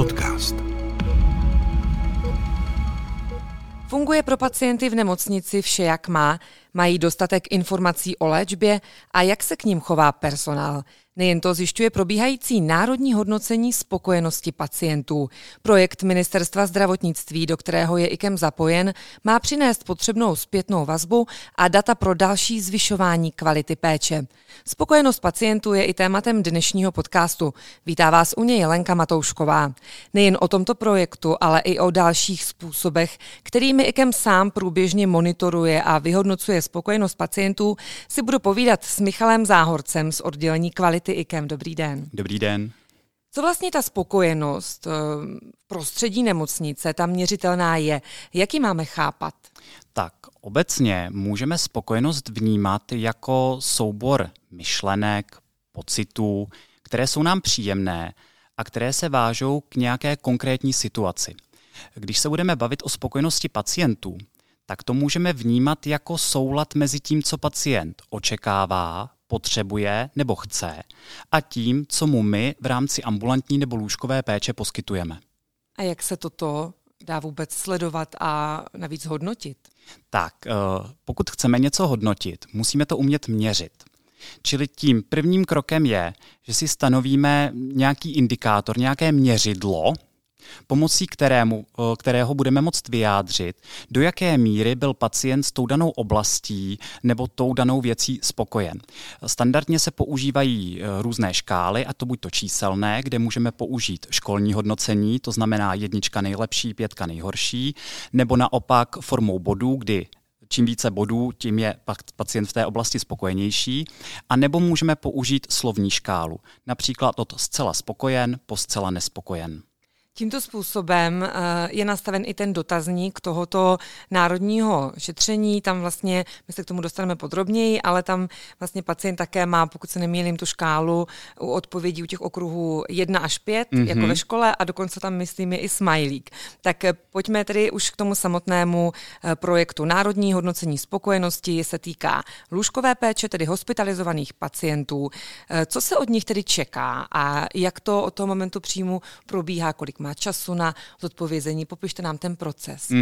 podcast. Funguje pro pacienty v nemocnici vše, jak má? Mají dostatek informací o léčbě a jak se k nim chová personál? Nejen to zjišťuje probíhající národní hodnocení spokojenosti pacientů. Projekt Ministerstva zdravotnictví, do kterého je IKEM zapojen, má přinést potřebnou zpětnou vazbu a data pro další zvyšování kvality péče. Spokojenost pacientů je i tématem dnešního podcastu. Vítá vás u něj Lenka Matoušková. Nejen o tomto projektu, ale i o dalších způsobech, kterými IKEM sám průběžně monitoruje a vyhodnocuje spokojenost pacientů, si budu povídat s Michalem Záhorcem z oddělení kvality IKEM. Dobrý den. Dobrý den. Co vlastně ta spokojenost v prostředí nemocnice, ta měřitelná je? Jak ji máme chápat? Tak obecně můžeme spokojenost vnímat jako soubor myšlenek, pocitů, které jsou nám příjemné a které se vážou k nějaké konkrétní situaci. Když se budeme bavit o spokojenosti pacientů, tak to můžeme vnímat jako soulad mezi tím, co pacient očekává, potřebuje nebo chce, a tím, co mu my v rámci ambulantní nebo lůžkové péče poskytujeme. A jak se toto dá vůbec sledovat a navíc hodnotit? Tak, pokud chceme něco hodnotit, musíme to umět měřit. Čili tím prvním krokem je, že si stanovíme nějaký indikátor, nějaké měřidlo, pomocí kterého budeme moct vyjádřit, do jaké míry byl pacient s tou danou oblastí nebo tou danou věcí spokojen. Standardně se používají různé škály, a to buď to číselné, kde můžeme použít školní hodnocení, to znamená 1 nejlepší, 5 nejhorší, nebo naopak formou bodů, kdy čím více bodů, tím je pacient v té oblasti spokojenější, a nebo můžeme použít slovní škálu, například od zcela spokojen po zcela nespokojen. Tímto způsobem je nastaven i ten dotazník tohoto národního šetření. Tam vlastně, my se k tomu dostaneme podrobněji, ale tam vlastně pacient také má, pokud se nemýlím, tu škálu u odpovědí u těch okruhů 1 až 5, jako ve škole, a dokonce tam, myslím, je i smajlík. Tak pojďme tedy už k tomu samotnému projektu. Národní hodnocení spokojenosti se týká lůžkové péče, tedy hospitalizovaných pacientů. Co se od nich tedy čeká a jak to od toho momentu příjmu probíhá, kolik má času na zodpovězení? Popište nám ten proces.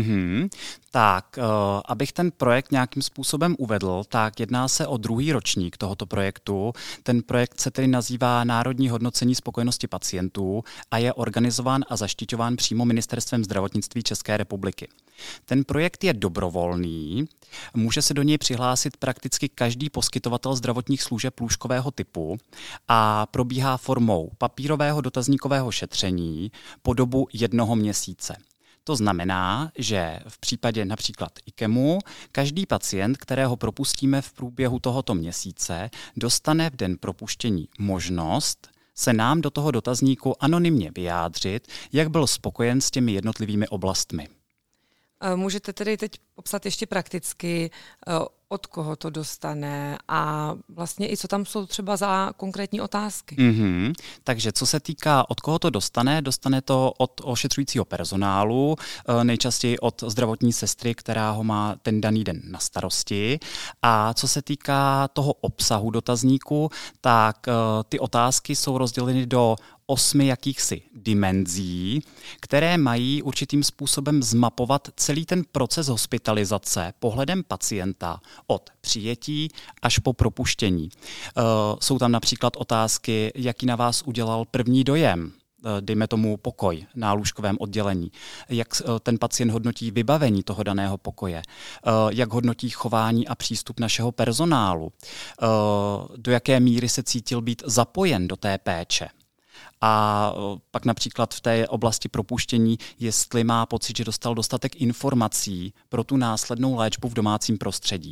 Tak, abych ten projekt nějakým způsobem uvedl, tak jedná se o 2. ročník tohoto projektu. Ten projekt se tedy nazývá Národní hodnocení spokojenosti pacientů a je organizován a zaštiťován přímo Ministerstvem zdravotnictví České republiky. Ten projekt je dobrovolný, může se do něj přihlásit prakticky každý poskytovatel zdravotních služeb lůžkového typu a probíhá formou papírového dotazníkového šetření po dobu 1 měsíce. To znamená, že v případě například IKEMu každý pacient, kterého propustíme v průběhu tohoto měsíce, dostane v den propuštění možnost se nám do toho dotazníku anonymně vyjádřit, jak byl spokojen s těmi jednotlivými oblastmi. Můžete tedy teď popsat ještě prakticky, od koho to dostane a vlastně i co tam jsou třeba za konkrétní otázky. Takže co se týká, od koho to dostane to od ošetřujícího personálu, nejčastěji od zdravotní sestry, která ho má ten daný den na starosti. A co se týká toho obsahu dotazníku, tak ty otázky jsou rozděleny do 8 jakýchsi dimenzí, které mají určitým způsobem zmapovat celý ten proces hospitalizace pohledem pacienta od přijetí až po propuštění. Jsou tam například otázky, jaký na vás udělal první dojem, dejme tomu pokoj na lůžkovém oddělení, jak ten pacient hodnotí vybavení toho daného pokoje, jak hodnotí chování a přístup našeho personálu, do jaké míry se cítil být zapojen do té péče. A pak například v té oblasti propuštění, jestli má pocit, že dostal dostatek informací pro tu následnou léčbu v domácím prostředí.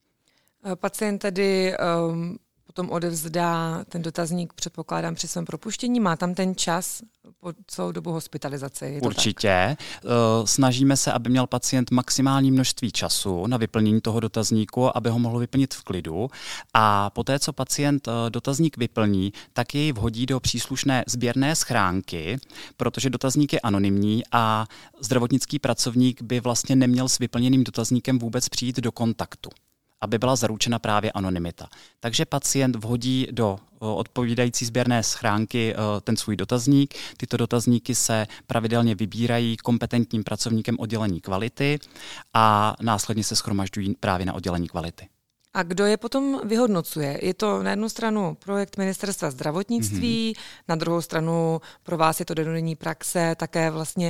Pacient tedy potom odevzdá ten dotazník, předpokládám, při svém propuštění. Má tam ten čas po celou dobu hospitalizace? Určitě. Snažíme se, aby měl pacient maximální množství času na vyplnění toho dotazníku, aby ho mohl vyplnit v klidu. A poté, co pacient dotazník vyplní, tak jej vhodí do příslušné sběrné schránky, protože dotazník je anonymní a zdravotnický pracovník by vlastně neměl s vyplněným dotazníkem vůbec přijít do kontaktu. aby byla zaručena právě anonymita. Takže pacient vhodí do odpovídající sběrné schránky ten svůj dotazník. Tyto dotazníky se pravidelně vybírají kompetentním pracovníkem oddělení kvality a následně se shromažďují právě na oddělení kvality. A kdo je potom vyhodnocuje? Je to na jednu stranu projekt Ministerstva zdravotnictví, na druhou stranu pro vás je to dennodenní praxe, také vlastně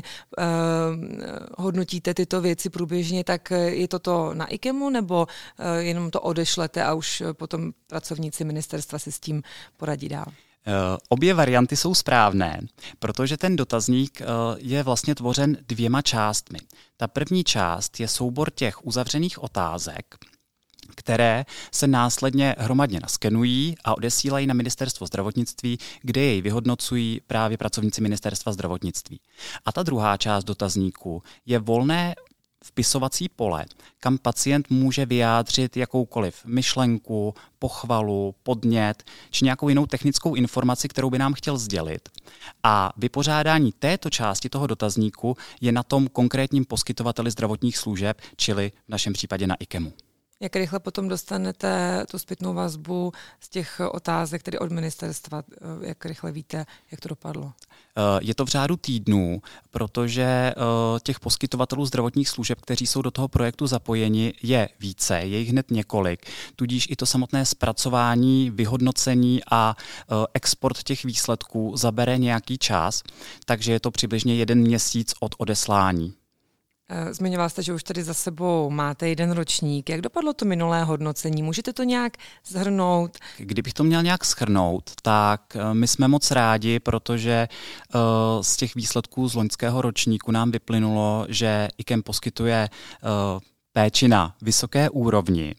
hodnotíte tyto věci průběžně, tak je to na IKEMu, nebo jenom to odešlete a už potom pracovníci ministerstva si s tím poradí dál? Obě varianty jsou správné, protože ten dotazník je vlastně tvořen dvěma částmi. Ta první část je soubor těch uzavřených otázek, které se následně hromadně naskenují a odesílají na Ministerstvo zdravotnictví, kde jej vyhodnocují právě pracovníci Ministerstva zdravotnictví. A ta druhá část dotazníku je volné vpisovací pole, kam pacient může vyjádřit jakoukoliv myšlenku, pochvalu, podnět či nějakou jinou technickou informaci, kterou by nám chtěl sdělit. A vypořádání této části toho dotazníku je na tom konkrétním poskytovateli zdravotních služeb, čili v našem případě na IKEMu. Jak rychle potom dostanete tu zpětnou vazbu z těch otázek, tedy od ministerstva? Jak rychle víte, jak to dopadlo? Je to v řádu týdnů, protože těch poskytovatelů zdravotních služeb, kteří jsou do toho projektu zapojeni, je více, je jich hned několik. Tudíž i to samotné zpracování, vyhodnocení a export těch výsledků zabere nějaký čas, takže je to přibližně 1 měsíc od odeslání. Zmiňoval jste, že už tady za sebou máte 1 ročník. Jak dopadlo to minulé hodnocení? Můžete to nějak shrnout? Kdybych to měl nějak shrnout, tak my jsme moc rádi, protože z těch výsledků z loňského ročníku nám vyplynulo, že IKEM poskytuje péči na vysoké úrovni.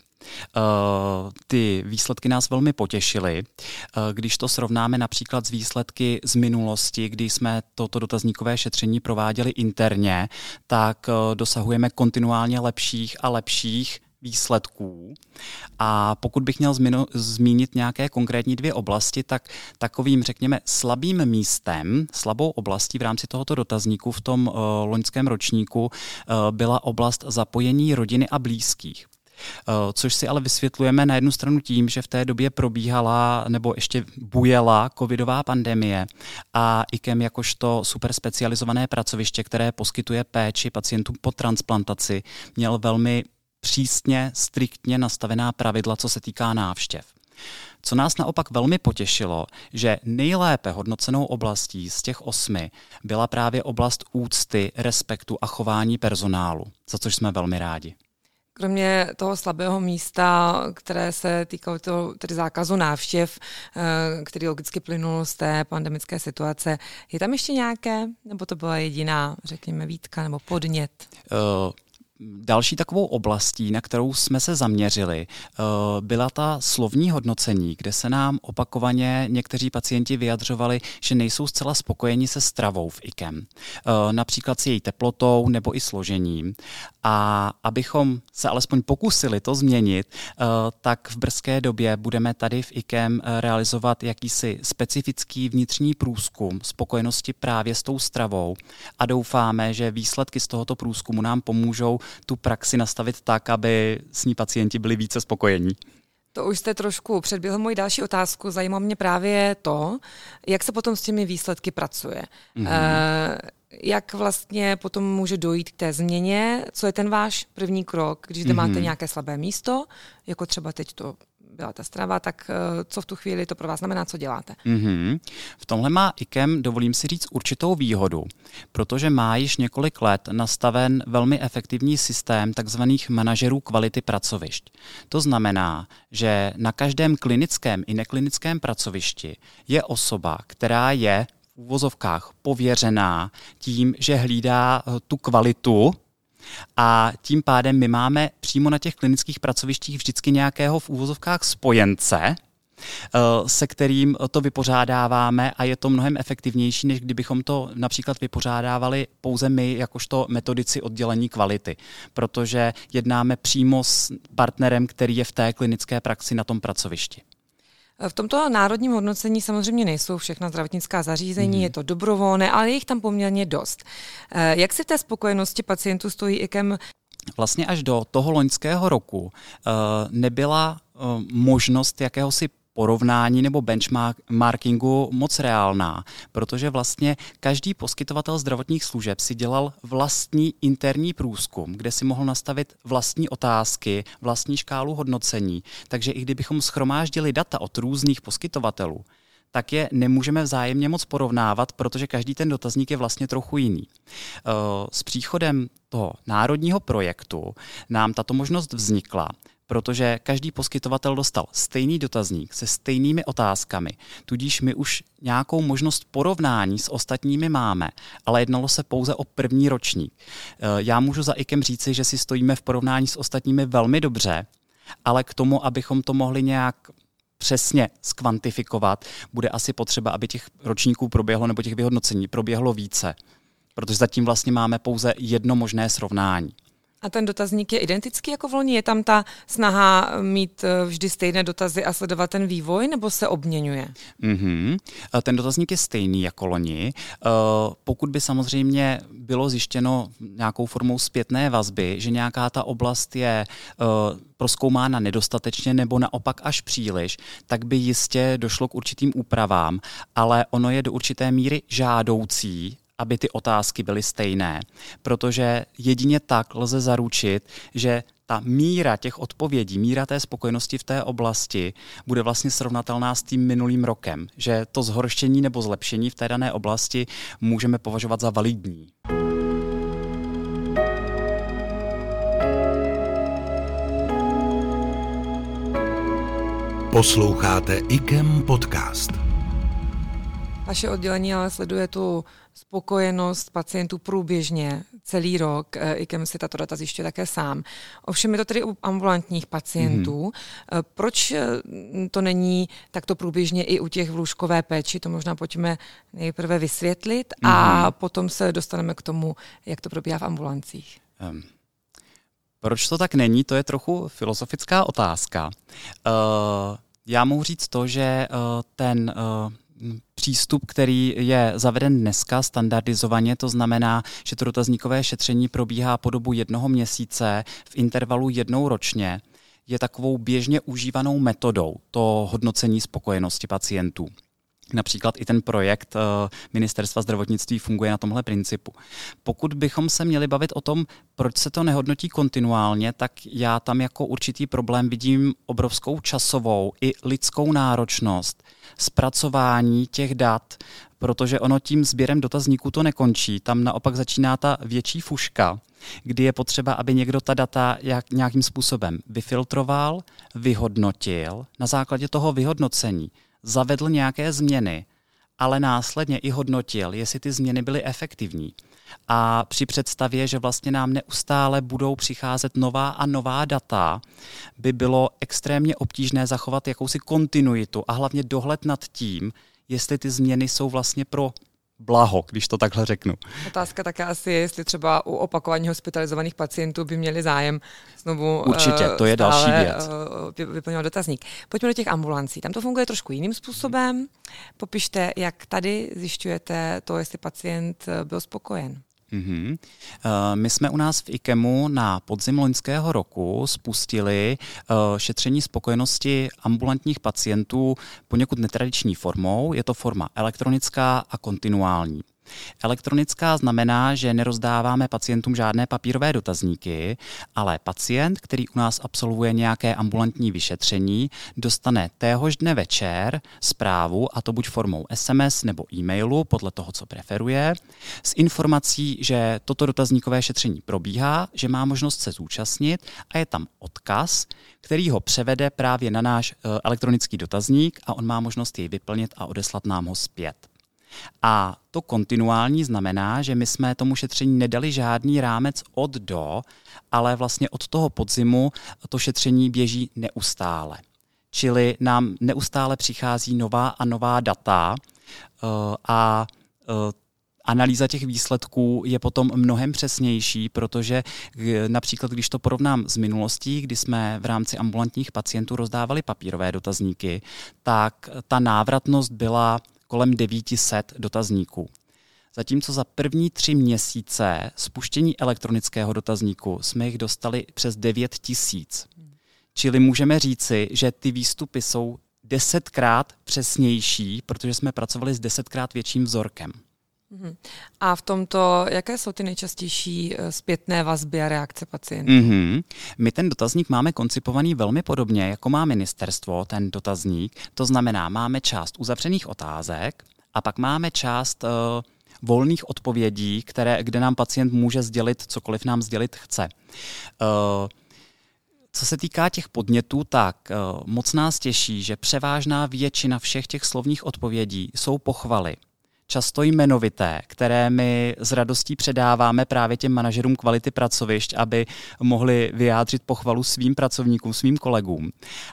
Ty výsledky nás velmi potěšily. Když to srovnáme například s výsledky z minulosti, kdy jsme toto dotazníkové šetření prováděli interně, tak dosahujeme kontinuálně lepších a lepších výsledků. A pokud bych měl zmínit nějaké konkrétní 2 oblasti, tak takovým, řekněme, slabým místem, slabou oblastí v rámci tohoto dotazníku v tom loňském ročníku byla oblast zapojení rodiny a blízkých. Což si ale vysvětlujeme na jednu stranu tím, že v té době probíhala nebo ještě bujela covidová pandemie a IKEM jakožto super specializované pracoviště, které poskytuje péči pacientům po transplantaci, měl velmi přísně, striktně nastavená pravidla, co se týká návštěv. Co nás naopak velmi potěšilo, že nejlépe hodnocenou oblastí z těch 8 byla právě oblast úcty, respektu a chování personálu, za což jsme velmi rádi. Kromě toho slabého místa, které se týkalo toho, tedy zákazu návštěv, který logicky plynul z té pandemické situace, je tam ještě nějaké, nebo to byla jediná, řekněme, výtka nebo podnět? Další takovou oblastí, na kterou jsme se zaměřili, byla ta slovní hodnocení, kde se nám opakovaně někteří pacienti vyjadřovali, že nejsou zcela spokojeni se stravou v IKEM. Například s její teplotou nebo i složením. A abychom se alespoň pokusili to změnit, tak v brzké době budeme tady v IKEM realizovat jakýsi specifický vnitřní průzkum spokojenosti právě s tou stravou a doufáme, že výsledky z tohoto průzkumu nám pomůžou tu praxi nastavit tak, aby s ní pacienti byli více spokojení. To už jste trošku předběhl moji další otázku. Zajímá mě právě to, jak se potom s těmi výsledky pracuje. Jak vlastně potom může dojít k té změně? Co je ten váš první krok, když zde máte nějaké slabé místo, jako třeba teď to byla ta strava, tak co v tu chvíli to pro vás znamená, co děláte? V tomhle má IKEM, dovolím si říct, určitou výhodu, protože má již několik let nastaven velmi efektivní systém takzvaných manažerů kvality pracovišť. To znamená, že na každém klinickém i neklinickém pracovišti je osoba, která je v uvozovkách pověřená tím, že hlídá tu kvalitu, a tím pádem my máme přímo na těch klinických pracovištích vždycky nějakého v úvozovkách spojence, se kterým to vypořádáváme a je to mnohem efektivnější, než kdybychom to například vypořádávali pouze my, jakožto metodici oddělení kvality, protože jednáme přímo s partnerem, který je v té klinické praxi na tom pracovišti. V tomto národním hodnocení samozřejmě nejsou všechna zdravotnická zařízení, je to dobrovolné, ale je jich tam poměrně dost. Jak si v té spokojenosti pacientů stojí IKEM? vlastně až do toho loňského roku nebyla možnost jakéhosi porovnání nebo benchmarkingu moc reálná, protože vlastně každý poskytovatel zdravotních služeb si dělal vlastní interní průzkum, kde si mohl nastavit vlastní otázky, vlastní škálu hodnocení. Takže i kdybychom shromáždili data od různých poskytovatelů, tak je nemůžeme vzájemně moc porovnávat, protože každý ten dotazník je vlastně trochu jiný. S příchodem toho národního projektu nám tato možnost vznikla, protože každý poskytovatel dostal stejný dotazník se stejnými otázkami, tudíž my už nějakou možnost porovnání s ostatními máme, ale jednalo se pouze o první ročník. Já můžu za IKEM říci, že si stojíme v porovnání s ostatními velmi dobře, ale k tomu, abychom to mohli nějak přesně skvantifikovat, bude asi potřeba, aby těch ročníků proběhlo nebo těch vyhodnocení proběhlo více, protože zatím vlastně máme pouze jedno možné srovnání. A ten dotazník je identický jako v loni? Je tam ta snaha mít vždy stejné dotazy a sledovat ten vývoj, nebo se obměňuje? Ten dotazník je stejný jako loni. Pokud by samozřejmě bylo zjištěno nějakou formou zpětné vazby, že nějaká ta oblast je prozkoumána nedostatečně nebo naopak až příliš, tak by jistě došlo k určitým úpravám, ale ono je do určité míry žádoucí, aby ty otázky byly stejné, protože jedině tak lze zaručit, že ta míra těch odpovědí, míra té spokojenosti v té oblasti bude vlastně srovnatelná s tím minulým rokem, že to zhoršení nebo zlepšení v té dané oblasti můžeme považovat za validní. Posloucháte IKEM podcast. Vaše oddělení ale sleduje tu spokojenost pacientů průběžně celý rok. IKEM si tato data zjišťuje také sám. Ovšem je to tedy u ambulantních pacientů. Proč to není takto průběžně i u těch v lůžkové péči? To možná pojďme nejprve vysvětlit a potom se dostaneme k tomu, jak to probíhá v ambulancích. Proč to tak není? To je trochu filozofická otázka. Já mohu říct to, že ten přístup, který je zaveden dneska standardizovaně, to znamená, že to dotazníkové šetření probíhá po dobu 1 měsíce v intervalu 1 ročně, je takovou běžně užívanou metodou to hodnocení spokojenosti pacientů. Například i ten projekt Ministerstva zdravotnictví funguje na tomhle principu. Pokud bychom se měli bavit o tom, proč se to nehodnotí kontinuálně, tak já tam jako určitý problém vidím obrovskou časovou i lidskou náročnost zpracování těch dat, protože ono tím sběrem dotazníků to nekončí. Tam naopak začíná ta větší fuška, kdy je potřeba, aby někdo ta data nějakým způsobem vyfiltroval, vyhodnotil, na základě toho vyhodnocení zavedl nějaké změny, ale následně i hodnotil, jestli ty změny byly efektivní. A při představě, že vlastně nám neustále budou přicházet nová a nová data, by bylo extrémně obtížné zachovat jakousi kontinuitu a hlavně dohled nad tím, jestli ty změny jsou vlastně pro blaho, když to takhle řeknu. Otázka také asi je, jestli třeba u opakování hospitalizovaných pacientů by měli zájem znovu určitě, to je další věc. Vyplňovat dotazník. Pojďme do těch ambulancí. Tam to funguje trošku jiným způsobem. Popište, jak tady zjišťujete to, jestli pacient byl spokojen. My jsme u nás v IKEMu na podzim loňského roku spustili šetření spokojenosti ambulantních pacientů poněkud netradiční formou. Je to forma elektronická a kontinuální. Elektronická znamená, že nerozdáváme pacientům žádné papírové dotazníky, ale pacient, který u nás absolvuje nějaké ambulantní vyšetření, dostane téhož dne večer zprávu, a to buď formou SMS nebo e-mailu, podle toho, co preferuje, s informací, že toto dotazníkové šetření probíhá, že má možnost se zúčastnit a je tam odkaz, který ho převede právě na náš elektronický dotazník a on má možnost jej vyplnit a odeslat nám ho zpět. A to kontinuální znamená, že my jsme tomu šetření nedali žádný rámec od do, ale vlastně od toho podzimu to šetření běží neustále. Čili nám neustále přichází nová a nová data a analýza těch výsledků je potom mnohem přesnější, protože například, když to porovnám s minulostí, kdy jsme v rámci ambulantních pacientů rozdávali papírové dotazníky, tak ta návratnost byla kolem 900 dotazníků. Zatímco za první 3 měsíce spuštění elektronického dotazníku jsme jich dostali přes 9 000. Čili můžeme říci, že ty výstupy jsou 10krát přesnější, protože jsme pracovali s 10krát větším vzorkem. A v tomto, jaké jsou ty nejčastější zpětné vazby a reakce pacientů? My ten dotazník máme koncipovaný velmi podobně, jako má ministerstvo ten dotazník. To znamená, máme část uzavřených otázek a pak máme část volných odpovědí, kde nám pacient může sdělit, cokoliv nám sdělit chce. Co se týká těch podnětů, tak moc nás těší, že převážná většina všech těch slovních odpovědí jsou pochvaly. Často jmenovité, které my s radostí předáváme právě těm manažerům kvality pracovišť, aby mohli vyjádřit pochvalu svým pracovníkům, svým kolegům.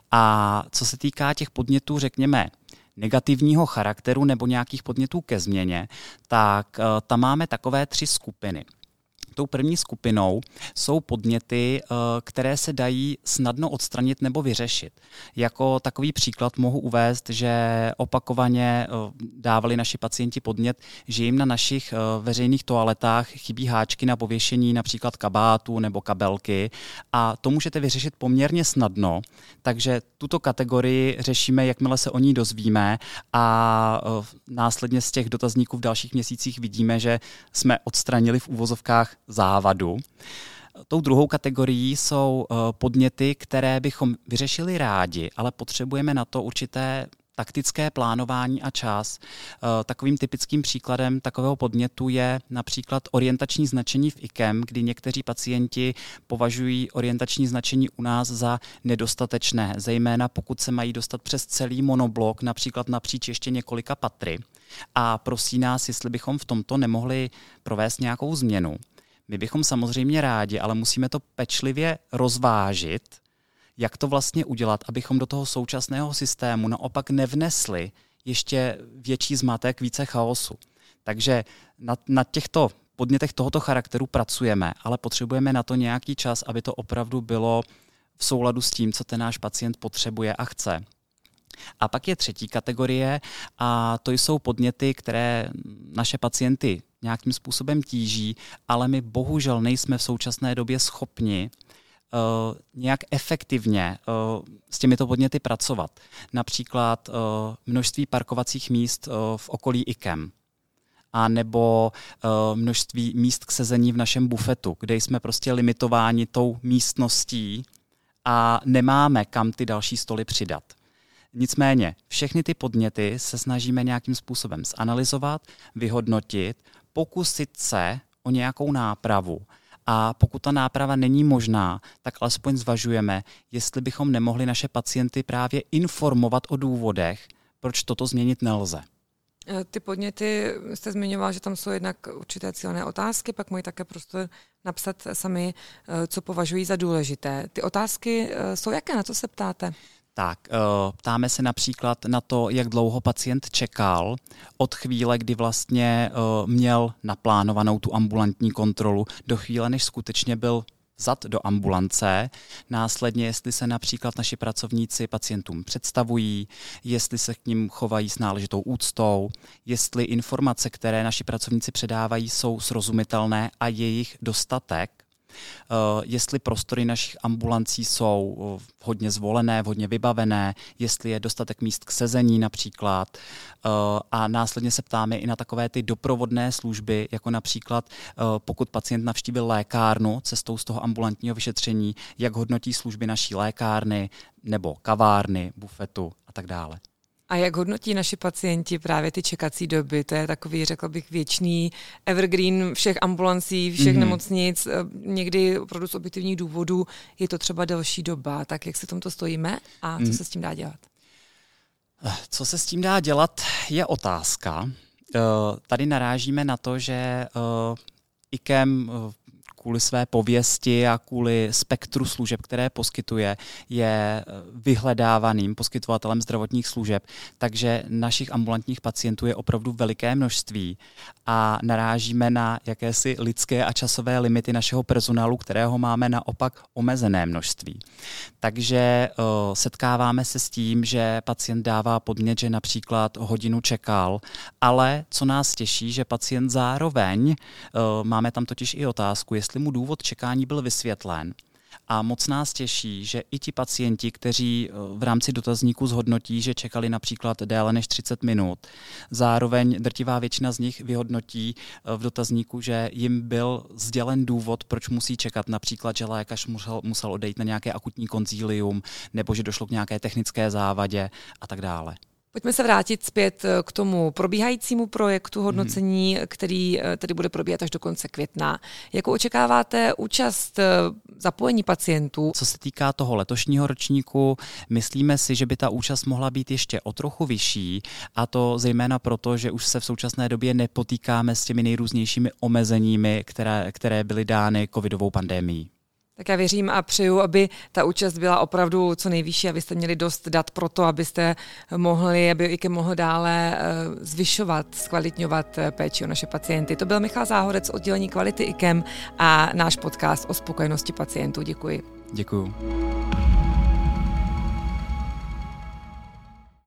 A co se týká těch podnětů, řekněme, negativního charakteru nebo nějakých podnětů ke změně, tak tam máme takové 3 skupiny. Tou první skupinou jsou podněty, které se dají snadno odstranit nebo vyřešit. Jako takový příklad mohu uvést, že opakovaně dávali naši pacienti podnět, že jim na našich veřejných toaletách chybí háčky na pověšení například kabátů nebo kabelky a to můžete vyřešit poměrně snadno, takže tuto kategorii řešíme, jakmile se o ní dozvíme a následně z těch dotazníků v dalších měsících vidíme, že jsme odstranili v uvozovkách závadu. Tou druhou kategorií jsou podněty, které bychom vyřešili rádi, ale potřebujeme na to určité taktické plánování a čas. Takovým typickým příkladem takového podnětu je například orientační značení v IKEM, kdy někteří pacienti považují orientační značení u nás za nedostatečné, zejména pokud se mají dostat přes celý monoblok, například napříč ještě několika patry. A prosí nás, jestli bychom v tomto nemohli provést nějakou změnu. My bychom samozřejmě rádi, ale musíme to pečlivě rozvážit, jak to vlastně udělat, abychom do toho současného systému naopak nevnesli ještě větší zmatek, více chaosu. Takže na těchto podnětech tohoto charakteru pracujeme, ale potřebujeme na to nějaký čas, aby to opravdu bylo v souladu s tím, co ten náš pacient potřebuje a chce. A pak je třetí kategorie a to jsou podněty, které naše pacienty nějakým způsobem tíží, ale my bohužel nejsme v současné době schopni nějak efektivně s těmito podněty pracovat. Například množství parkovacích míst v okolí IKEM a nebo množství míst k sezení v našem bufetu, kde jsme prostě limitováni tou místností a nemáme kam ty další stoly přidat. Nicméně všechny ty podněty se snažíme nějakým způsobem zanalyzovat, vyhodnotit, pokusit se o nějakou nápravu. A pokud ta náprava není možná, tak alespoň zvažujeme, jestli bychom nemohli naše pacienty právě informovat o důvodech, proč toto změnit nelze. Ty podněty, jste zmiňoval, že tam jsou jednak určité cílené otázky, pak mají také prostor napsat sami, co považují za důležité. Ty otázky jsou jaké, na co se ptáte? Tak, ptáme se například na to, jak dlouho pacient čekal od chvíle, kdy vlastně měl naplánovanou tu ambulantní kontrolu, do chvíle, než skutečně byl vzat do ambulance. Následně, jestli se například naši pracovníci pacientům představují, jestli se k nim chovají s náležitou úctou, jestli informace, které naši pracovníci předávají, jsou srozumitelné a je jich dostatek, jestli prostory našich ambulancí jsou hodně zvolené, hodně vybavené, jestli je dostatek míst k sezení například. A následně se ptáme i na takové ty doprovodné služby, jako například pokud pacient navštívil lékárnu cestou z toho ambulantního vyšetření, jak hodnotí služby naší lékárny nebo kavárny, bufetu a tak dále. A jak hodnotí naši pacienti právě ty čekací doby? To je takový, řekl bych, věčný evergreen všech ambulancí, všech nemocnic. Někdy opravdu z objektivních důvodů je to třeba delší doba. Tak jak se tomto stojíme a co se s tím dá dělat? Co se s tím dá dělat, je otázka. Tady narážíme na to, že IKEM kvůli své pověsti a kvůli spektru služeb, které poskytuje, je vyhledávaným poskytovatelem zdravotních služeb, takže našich ambulantních pacientů je opravdu veliké množství a narážíme na jakési lidské a časové limity našeho personálu, kterého máme naopak omezené množství. Takže setkáváme se s tím, že pacient dává podnět, že například hodinu čekal, ale co nás těší, že pacient zároveň, máme tam totiž i otázku, jestli mu důvod čekání byl vysvětlen. A moc nás těší, že i ti pacienti, kteří v rámci dotazníku zhodnotí, že čekali například déle než 30 minut, zároveň drtivá většina z nich vyhodnotí v dotazníku, že jim byl sdělen důvod, proč musí čekat, například, že lékař musel odejít na nějaké akutní konzílium, nebo že došlo k nějaké technické závadě a tak dále. Pojďme se vrátit zpět k tomu probíhajícímu projektu hodnocení, který tedy bude probíhat až do konce května. Jakou očekáváte účast, zapojení pacientů? Co se týká toho letošního ročníku, myslíme si, že by ta účast mohla být ještě o trochu vyšší, a to zejména proto, že už se v současné době nepotýkáme s těmi nejrůznějšími omezeními, které byly dány covidovou pandemií. Tak já věřím a přeju, aby ta účast byla opravdu co nejvyšší, abyste měli dost dat pro to, abyste mohli, aby IKEM mohl dále zvyšovat, zkvalitňovat péči o naše pacienty. To byl Michal Záhorec z oddělení kvality IKEM a náš podcast o spokojenosti pacientů. Děkuji. Děkuji.